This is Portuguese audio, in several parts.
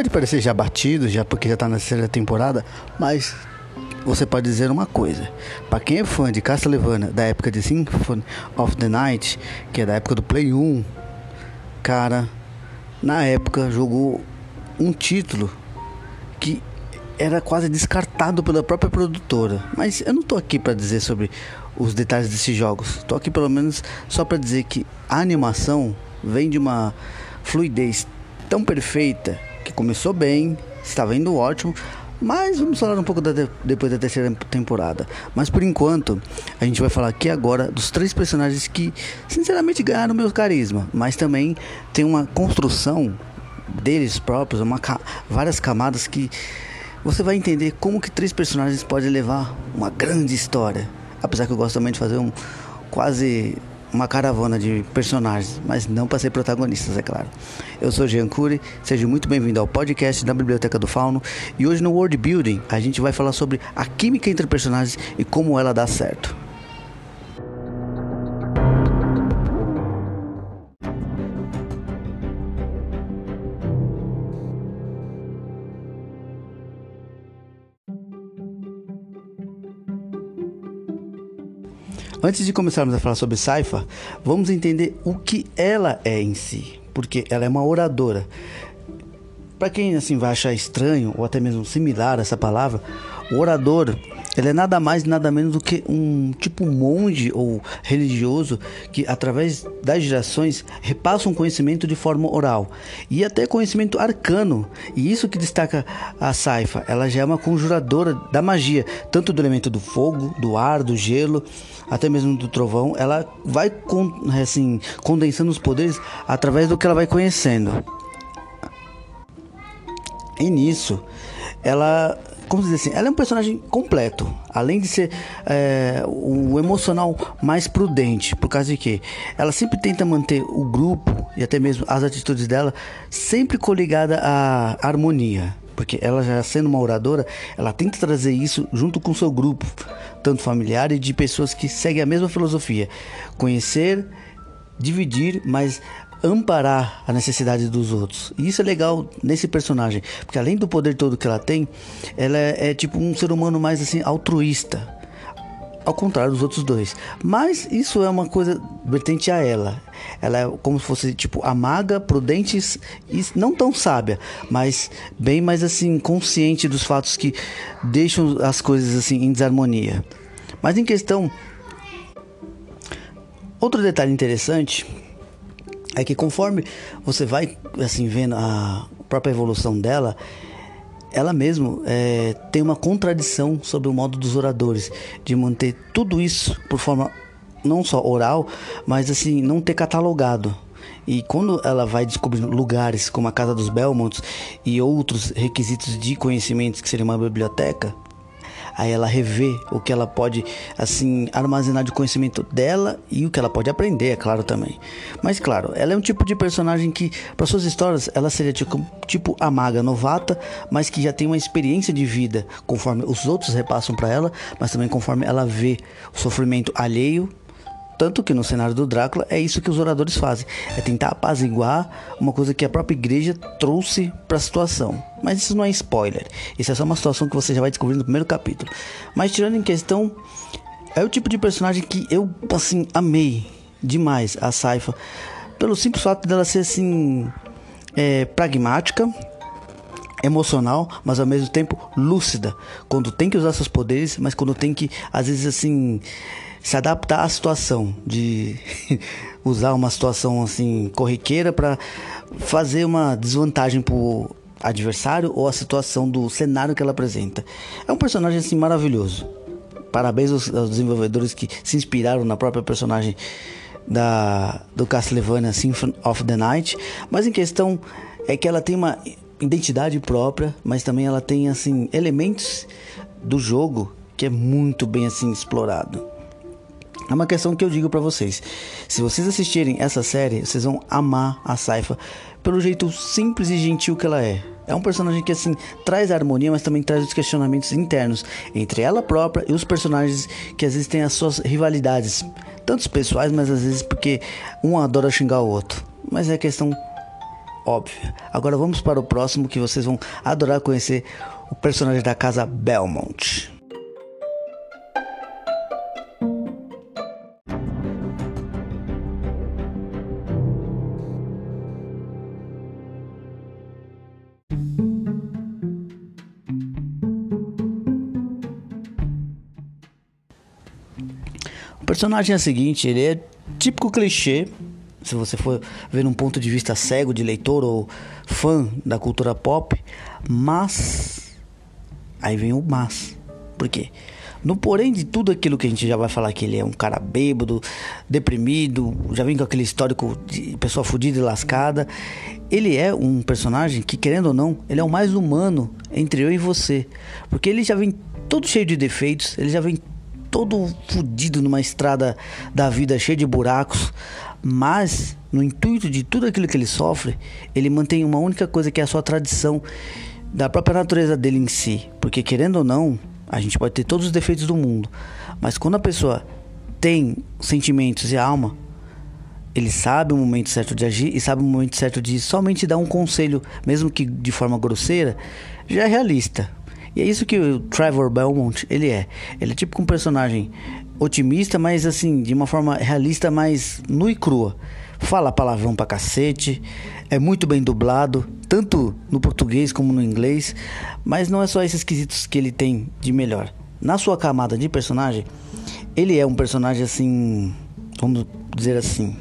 pode parecer já batido, já porque já tá na terceira temporada, mas você pode dizer uma coisa: para quem é fã de Castlevania da época de Symphony of the Night, que é da época do Play 1, cara, na época jogou um título que era quase descartado pela própria produtora. Mas eu não tô aqui para dizer sobre os detalhes desses jogos, tô aqui pelo menos só para dizer que a animação vem de uma fluidez tão perfeita que começou bem, estava indo ótimo. Mas vamos falar um pouco depois da terceira temporada. Mas por enquanto, a gente vai falar aqui agora dos 3 personagens que sinceramente ganharam meu carisma, mas também tem uma construção deles próprios, várias camadas que você vai entender como que 3 personagens podem levar uma grande história. Apesar que eu gosto também de fazer quase uma caravana de personagens, mas não para ser protagonistas, é claro. Eu sou Jean Cury, seja muito bem-vindo ao podcast da Biblioteca do Fauno. E hoje no World Building a gente vai falar sobre a química entre personagens e como ela dá certo. Antes de começarmos a falar sobre Sypha, vamos entender o que ela é em si, porque ela é uma oradora. Para quem assim vai achar estranho ou até mesmo similar a essa palavra, o orador, ele é nada mais nada menos do que um tipo monge ou religioso que através das gerações repassa um conhecimento de forma oral e até conhecimento arcano. E isso que destaca a Sypha, ela já é uma conjuradora da magia, tanto do elemento do fogo, do ar, do gelo, até mesmo do trovão. Ela vai condensando os poderes através do que ela vai conhecendo. E nisso, ela é um personagem completo, além de ser o emocional mais prudente, por causa de que ela sempre tenta manter o grupo e até mesmo as atitudes dela sempre coligada à harmonia, porque ela já sendo uma oradora, ela tenta trazer isso junto com o seu grupo, tanto familiar e de pessoas que seguem a mesma filosofia, conhecer, dividir, mas amparar a necessidade dos outros. E isso é legal nesse personagem, porque além do poder todo que ela tem, ela é tipo um ser humano mais assim altruísta, ao contrário dos outros 2. Mas isso é uma coisa vertente a ela. Ela é como se fosse tipo a maga prudente e não tão sábia, mas bem mais assim consciente dos fatos que deixam as coisas assim em desarmonia. Mas em questão, outro detalhe interessante é que conforme você vai assim vendo a própria evolução dela, ela mesmo tem uma contradição sobre o modo dos oradores de manter tudo isso por forma não só oral, mas assim não ter catalogado. E quando ela vai descobrindo lugares como a Casa dos Belmonts e outros requisitos de conhecimentos que seria uma biblioteca, aí ela revê o que ela pode assim armazenar de conhecimento dela e o que ela pode aprender, é claro, também. Mas claro, ela é um tipo de personagem que para suas histórias ela seria tipo a maga novata, mas que já tem uma experiência de vida conforme os outros repassam para ela, mas também conforme ela vê o sofrimento alheio. Tanto que no cenário do Drácula é isso que os oradores fazem, é tentar apaziguar uma coisa que a própria igreja trouxe para a situação. Mas isso não é spoiler, isso é só uma situação que você já vai descobrir no primeiro capítulo. Mas tirando em questão, é o tipo de personagem que eu assim amei demais a Sypha, pelo simples fato dela ser assim pragmática, emocional, mas ao mesmo tempo lúcida, quando tem que usar seus poderes, mas quando tem que às vezes assim se adaptar à situação, de usar uma situação assim corriqueira para fazer uma desvantagem pro adversário ou a situação do cenário que ela apresenta. É um personagem assim maravilhoso. Parabéns aos desenvolvedores que se inspiraram na própria personagem do Castlevania Symphony of the Night. Mas em questão é que ela tem uma identidade própria, mas também ela tem assim elementos do jogo que é muito bem assim explorado. É uma questão que eu digo pra vocês: se vocês assistirem essa série, vocês vão amar a Sypha pelo jeito simples e gentil que ela é. É um personagem que assim traz a harmonia, mas também traz os questionamentos internos entre ela própria e os personagens que às vezes têm as suas rivalidades, tanto pessoais, mas às vezes porque um adora xingar o outro. Mas é questão óbvia. Agora vamos para o próximo, que vocês vão adorar conhecer o personagem da casa Belmont. O personagem é o seguinte, ele é típico clichê, se você for ver num ponto de vista cego de leitor ou fã da cultura pop, mas aí vem o mas. Por quê? No porém de tudo aquilo que a gente já vai falar, que ele é um cara bêbado, deprimido, já vem com aquele histórico de pessoa fodida e lascada, ele é um personagem que, querendo ou não, ele é o mais humano entre eu e você, porque ele já vem todo cheio de defeitos, ele já vem todo fudido numa estrada da vida cheia de buracos, mas no intuito de tudo aquilo que ele sofre, ele mantém uma única coisa, que é a sua tradição, da própria natureza dele em si. Porque, querendo ou não, a gente pode ter todos os defeitos do mundo, mas quando a pessoa tem sentimentos e alma, ele sabe o momento certo de agir e sabe o momento certo de somente dar um conselho, mesmo que de forma grosseira, já é realista. E é isso que o Trevor Belmont, ele é tipo um personagem otimista, mas assim, de uma forma realista, mais nua e crua. Fala palavrão pra cacete, é muito bem dublado, tanto no português como no inglês, mas não é só esses quesitos que ele tem de melhor. Na sua camada de personagem, ele é um personagem assim, vamos dizer assim...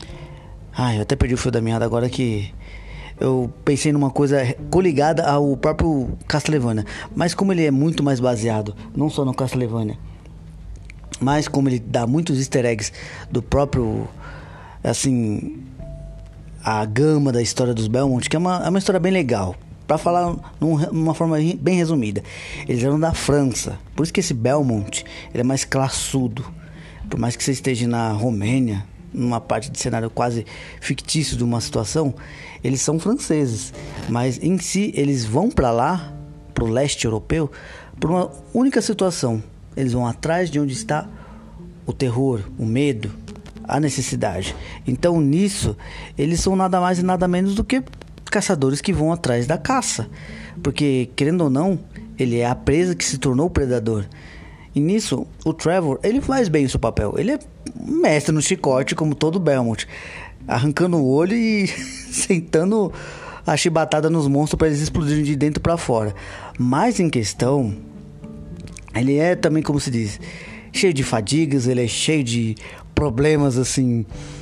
eu até perdi o fio da meada agora, que eu pensei numa coisa coligada ao próprio Castlevania, mas como ele é muito mais baseado não só no Castlevania, mas como ele dá muitos easter eggs do próprio, assim, a gama da história dos Belmont, que é uma história bem legal. Pra falar numa forma bem resumida, eles eram da França, por isso que esse Belmont, ele é mais classudo. Por mais que você esteja na Romênia, numa parte de cenário quase fictício de uma situação, eles são franceses, mas em si eles vão para lá, pro leste europeu, por uma única situação. Eles vão atrás de onde está o terror, o medo, a necessidade. Então nisso eles são nada mais e nada menos do que caçadores que vão atrás da caça, porque, querendo ou não, ele é a presa que se tornou o predador. E nisso, o Trevor, ele faz bem o seu papel. Ele é mestre no chicote, como todo Belmont, arrancando o olho e sentando a chibatada nos monstros para eles explodirem de dentro para fora. Mas em questão, ele é também, como se diz, cheio de fadigas, ele é cheio de problemas, assim,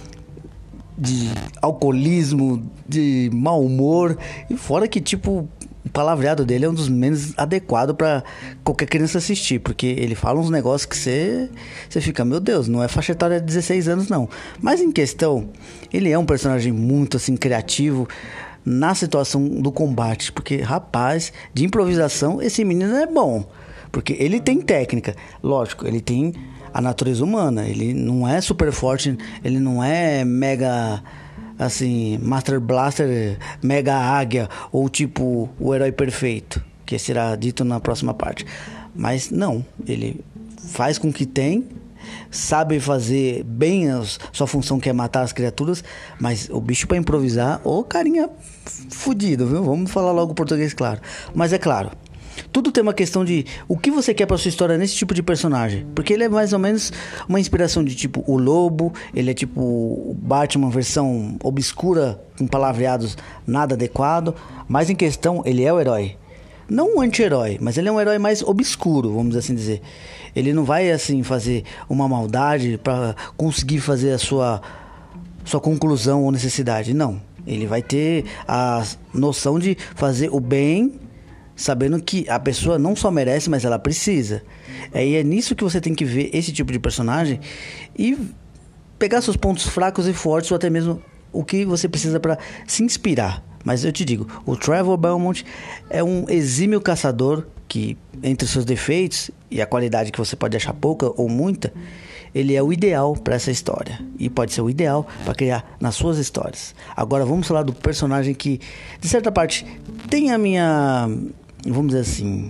de alcoolismo, de mau humor. E fora que, tipo, o palavreado dele é um dos menos adequados para qualquer criança assistir, porque ele fala uns negócios que você fica, meu Deus, não é faixa etária de 16 anos não. Mas em questão, ele é um personagem muito assim criativo na situação do combate, porque, rapaz, de improvisação esse menino é bom, porque ele tem técnica, lógico, ele tem a natureza humana, ele não é super forte, ele não é mega, assim, Master Blaster, mega águia, ou tipo o herói perfeito, que será dito na próxima parte. Mas não, ele faz com que tem, sabe fazer bem a sua função, que é matar as criaturas, mas o bicho para improvisar, ô carinha fudido, viu? Vamos falar logo o português, claro. Mas é claro, tudo tem uma questão de o que você quer pra sua história nesse tipo de personagem. Porque ele é mais ou menos uma inspiração de tipo o Lobo. Ele é tipo o Batman versão obscura, com palavreados nada adequado. Mas em questão, ele é o herói. Não um anti-herói, mas ele é um herói mais obscuro, vamos assim dizer. Ele não vai assim fazer uma maldade pra conseguir fazer a sua conclusão ou necessidade. Não, ele vai ter a noção de fazer o bem, sabendo que a pessoa não só merece, mas ela precisa. É nisso que você tem que ver esse tipo de personagem e pegar seus pontos fracos e fortes, ou até mesmo o que você precisa para se inspirar. Mas eu te digo, o Trevor Belmont é um exímio caçador que, entre seus defeitos e a qualidade que você pode achar pouca ou muita, ele é o ideal para essa história e pode ser o ideal para criar nas suas histórias. Agora vamos falar do personagem que, de certa parte, tem a minha, vamos dizer assim,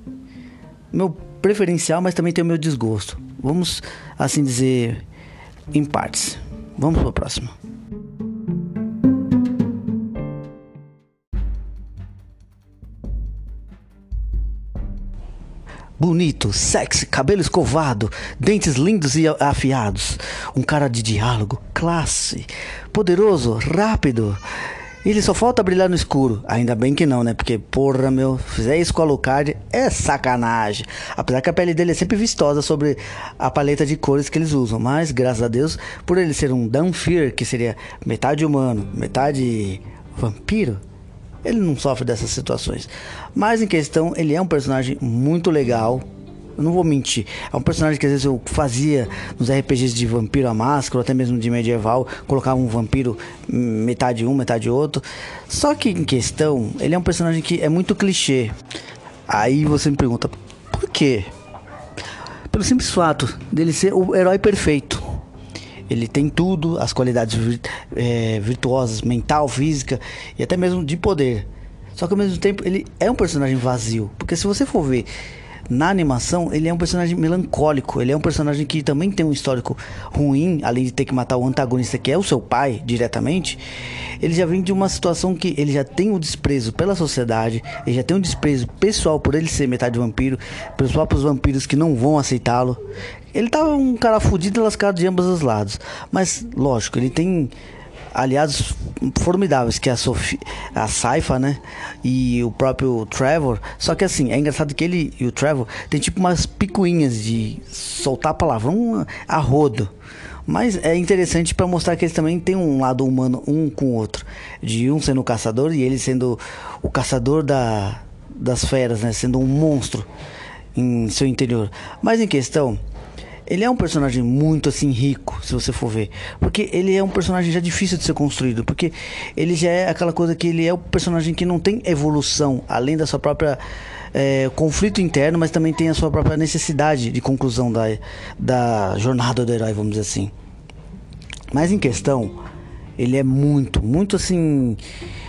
meu preferencial, mas também tem o meu desgosto. Vamos, assim dizer, em partes. Vamos para a próxima. bonito, sexy, cabelo escovado, dentes lindos e afiados. Um cara de diálogo, classe, poderoso, rápido. Ele só falta brilhar no escuro. Ainda bem que não, né? Porque, porra, meu, fizer isso com a Alucard é sacanagem. Apesar que a pele dele é sempre vistosa sobre a paleta de cores que eles usam. Mas, graças a Deus, por ele ser um Dunfir, que seria metade humano, metade vampiro, ele não sofre dessas situações. Mas em questão, ele é um personagem muito legal. Eu não vou mentir. É um personagem que às vezes eu fazia nos RPGs de Vampiro à Máscara, ou até mesmo de medieval. Colocava um vampiro metade um, metade outro. Só que em questão, ele é um personagem que é muito clichê. Aí você me pergunta, por quê? Pelo simples fato dele ser o herói perfeito. Ele tem tudo, as qualidades virtuosas, mental, física e até mesmo de poder. Só que ao mesmo tempo ele é um personagem vazio. Porque se você for ver na animação, ele é um personagem melancólico. Ele é um personagem que também tem um histórico ruim, além de ter que matar o antagonista, que é o seu pai, diretamente. Ele já vem de uma situação que ele já tem um desprezo pela sociedade, ele já tem um desprezo pessoal por ele ser metade vampiro, pelos próprios vampiros que não vão aceitá-lo. Ele tava um cara fudido e lascado de ambos os lados. Mas, lógico, ele tem aliados formidáveis, que é a Sypha, né? E o próprio Trevor. Só que assim, é engraçado que ele e o Trevor tem tipo umas picuinhas de soltar palavrão a rodo. Mas é interessante para mostrar que eles também têm um lado humano um com o outro. De um sendo o caçador e ele sendo o caçador das feras, né? Sendo um monstro em seu interior. Mas em questão, ele é um personagem muito assim rico, se você for ver. Porque ele é um personagem já difícil de ser construído. Porque ele já é aquela coisa que ele é o personagem que não tem evolução, além da sua própria conflito interno, mas também tem a sua própria necessidade de conclusão da jornada do herói, vamos dizer assim. Mas em questão, ele é muito assim,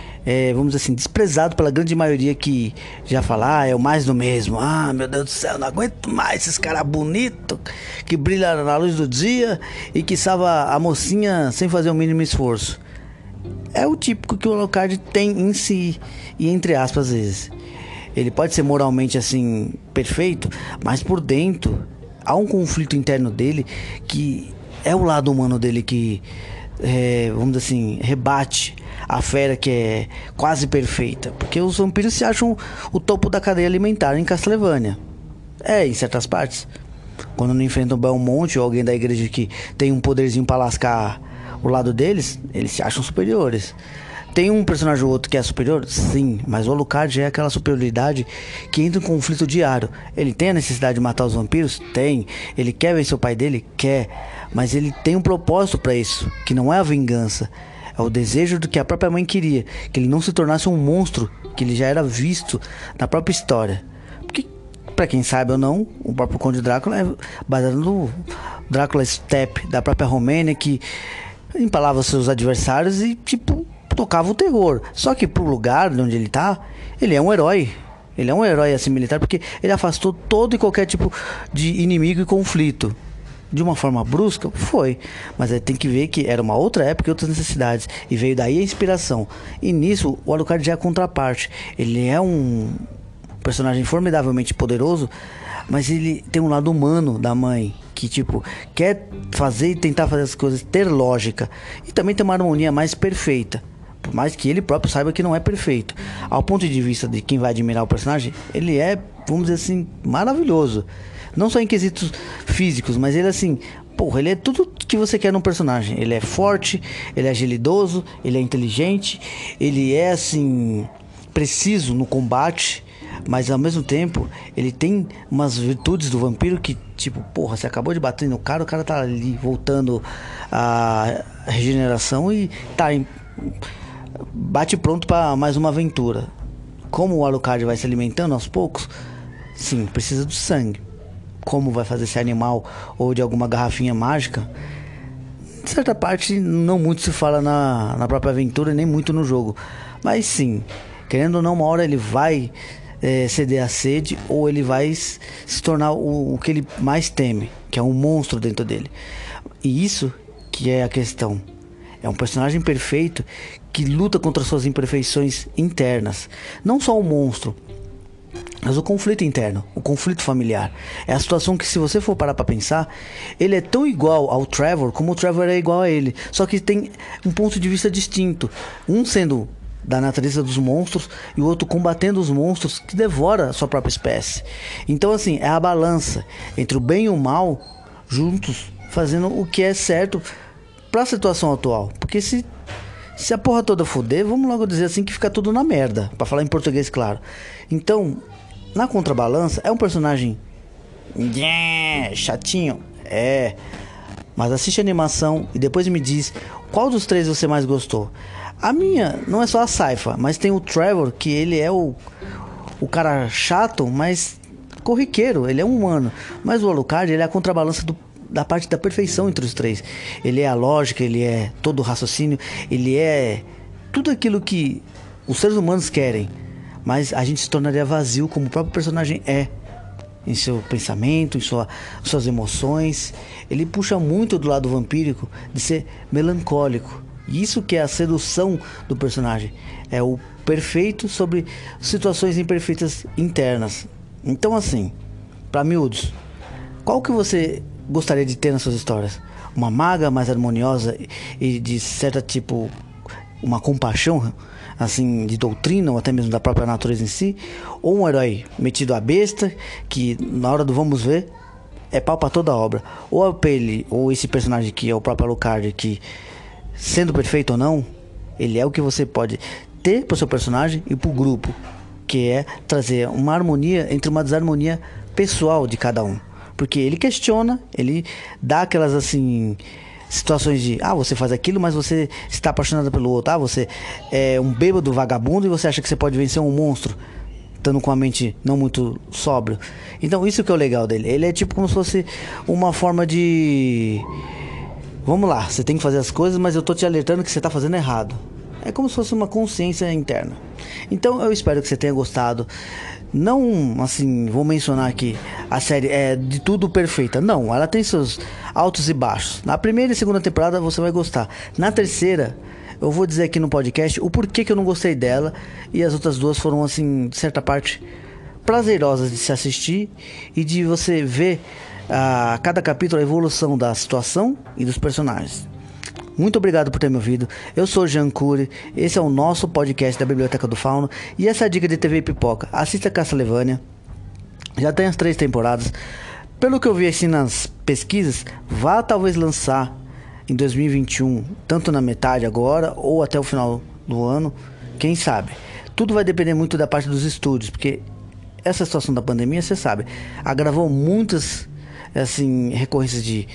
vamos dizer assim, desprezado pela grande maioria que já fala, é o mais do mesmo. Ah, meu Deus do céu, não aguento mais esses caras bonitos que brilham na luz do dia e que salva a mocinha sem fazer o mínimo esforço. É o típico que o Alucard tem em si, e entre aspas, às vezes. Ele pode ser moralmente assim perfeito, mas por dentro há um conflito interno dele que é o lado humano dele que, vamos dizer assim, rebate a fera que é quase perfeita. Porque os vampiros se acham o topo da cadeia alimentar em Castlevania. Em certas partes. Quando não enfrentam Belmonte ou alguém da igreja que tem um poderzinho pra lascar o lado deles, eles se acham superiores. Tem um personagem ou outro que é superior? Sim, mas o Alucard é aquela superioridade que entra em conflito diário. Ele tem a necessidade de matar os vampiros? Tem. Ele quer vencer o pai dele? Quer. Mas ele tem um propósito pra isso, que não é a vingança. É o desejo do que a própria mãe queria, que ele não se tornasse um monstro, que ele já era visto na própria história. Porque, pra quem sabe ou não, o próprio Conde Drácula é baseado no Drácula Steppe, da própria Romênia, que empalava seus adversários e, tipo, tocava o terror. Só que pro lugar de onde ele tá, ele é um herói. Ele é um herói assim militar, porque ele afastou todo e qualquer tipo de inimigo e conflito. De uma forma brusca, foi. Mas aí tem que ver que era uma outra época e outras necessidades. E veio daí a inspiração. E nisso, o Alucard já é a contraparte. Ele é um personagem formidavelmente poderoso, mas ele tem um lado humano da mãe, que tipo, quer fazer e tentar fazer as coisas ter lógica. E também tem uma harmonia mais perfeita. Por mais que ele próprio saiba que não é perfeito. Ao ponto de vista de quem vai admirar o personagem, ele é, vamos dizer assim, maravilhoso. Não só em quesitos físicos, mas ele assim, porra, ele é tudo que você quer num personagem. Ele é forte, ele é agilidoso, ele é inteligente, ele é assim, preciso no combate, mas ao mesmo tempo ele tem umas virtudes do vampiro que, tipo, porra, você acabou de bater no cara, o cara tá ali voltando a regeneração e tá bate pronto para mais uma aventura. Como o Alucard vai se alimentando aos poucos, sim, precisa do sangue. Como vai fazer esse animal ou de alguma garrafinha mágica, em certa parte não muito se fala na própria aventura, nem muito no jogo. Mas sim, querendo ou não, uma hora ele vai ceder à sede, ou ele vai se tornar o que ele mais teme, que é um monstro dentro dele. E isso que é a questão. É um personagem perfeito que luta contra suas imperfeições internas. Não só o monstro, mas o conflito interno, o conflito familiar. É a situação que, se você for parar pra pensar, ele é tão igual ao Trevor como o Trevor é igual a ele. Só que tem um ponto de vista distinto. Um sendo da natureza dos monstros e o outro combatendo os monstros que devora a sua própria espécie. Então, assim, é a balança entre o bem e o mal juntos, fazendo o que é certo pra situação atual. Porque se a porra toda foder, vamos logo dizer assim que fica tudo na merda, pra falar em português, claro. Então, na contrabalança, é um personagem chatinho, mas assiste a animação e depois me diz qual dos três você mais gostou. A minha não é só a Sypha, mas tem o Trevor, que ele é o cara chato, mas corriqueiro, ele é um humano. Mas o Alucard, ele é a contrabalança da parte da perfeição entre os três. Ele é a lógica, ele é todo o raciocínio, ele é tudo aquilo que os seres humanos querem, mas a gente se tornaria vazio como o próprio personagem é, em seu pensamento, em suas emoções. Ele puxa muito do lado vampírico de ser melancólico. E isso que é a sedução do personagem. É o perfeito sobre situações imperfeitas internas. Então, assim, pra miúdos, qual que você gostaria de ter nas suas histórias? Uma maga mais harmoniosa e de certa tipo uma compaixão, assim, de doutrina ou até mesmo da própria natureza em si, ou um herói metido a besta que na hora do vamos ver é pau pra toda a obra, ou a Pele, ou esse personagem que é o próprio Alucard, que sendo perfeito ou não, ele é o que você pode ter pro seu personagem e pro grupo, que é trazer uma harmonia entre uma desarmonia pessoal de cada um. Porque ele questiona, ele dá aquelas assim situações de você faz aquilo, mas você está apaixonado pelo outro. Você é um bêbado vagabundo e você acha que você pode vencer um monstro estando com a mente não muito sóbrio. Então isso que é o legal dele. Ele é tipo como se fosse uma forma de vamos lá, você tem que fazer as coisas, mas eu tô te alertando que você tá fazendo errado. É como se fosse uma consciência interna. Então eu espero que você tenha gostado. Não, assim, vou mencionar que a série é de tudo perfeita. Não, ela tem seus altos e baixos. Na primeira e segunda temporada você vai gostar. Na terceira, eu vou dizer aqui no podcast o porquê que eu não gostei dela. E as outras duas foram, assim, de certa parte, prazerosas de se assistir e de você ver a cada capítulo a evolução da situação e dos personagens. Muito obrigado por ter me ouvido. Eu sou o Jean Cury. Esse é o nosso podcast da Biblioteca do Fauno. E essa é a dica de TV Pipoca. Assista Castlevania. Já tem as 3 temporadas. Pelo que eu vi assim nas pesquisas, vai talvez lançar em 2021, tanto na metade agora ou até o final do ano. Quem sabe? Tudo vai depender muito da parte dos estúdios, porque essa situação da pandemia, você sabe, agravou muitas assim recorrências de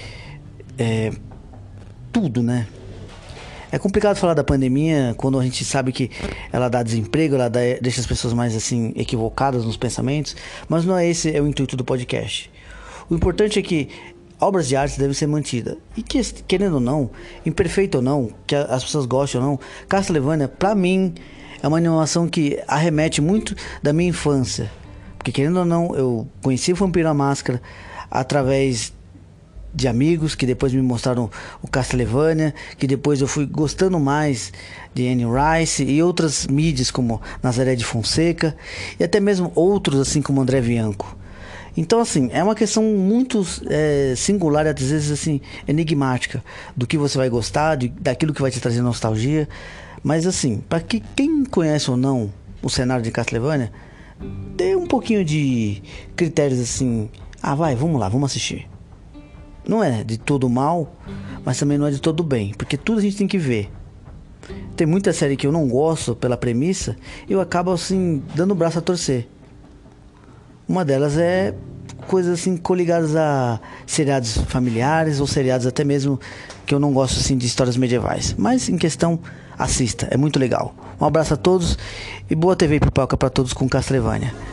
tudo, né? É complicado falar da pandemia quando a gente sabe que ela dá desemprego, ela deixa as pessoas mais assim equivocadas nos pensamentos, mas não é esse o intuito do podcast. O importante é que obras de arte devem ser mantidas. E que, querendo ou não, imperfeito ou não, que as pessoas gostem ou não, Castlevania, pra mim, é uma animação que arremete muito da minha infância. Porque querendo ou não, eu conheci o Vampiro à Máscara através de amigos que depois me mostraram o Castlevania, que depois eu fui gostando mais de Anne Rice e outras mídias como Nazaré de Fonseca e até mesmo outros assim como André Bianco. Então assim, é uma questão muito singular e às vezes assim enigmática do que você vai gostar, daquilo que vai te trazer nostalgia. Mas assim, para quem conhece ou não o cenário de Castlevania, dê um pouquinho de critérios assim, vamos lá, vamos assistir. Não é de todo mal, mas também não é de todo bem, porque tudo a gente tem que ver. Tem muita série que eu não gosto pela premissa e eu acabo assim dando o braço a torcer. Uma delas é coisas assim coligadas a seriados familiares ou seriados até mesmo que eu não gosto assim de histórias medievais. Mas em questão, assista, é muito legal. Um abraço a todos e boa TV Pipoca para todos com Castlevania.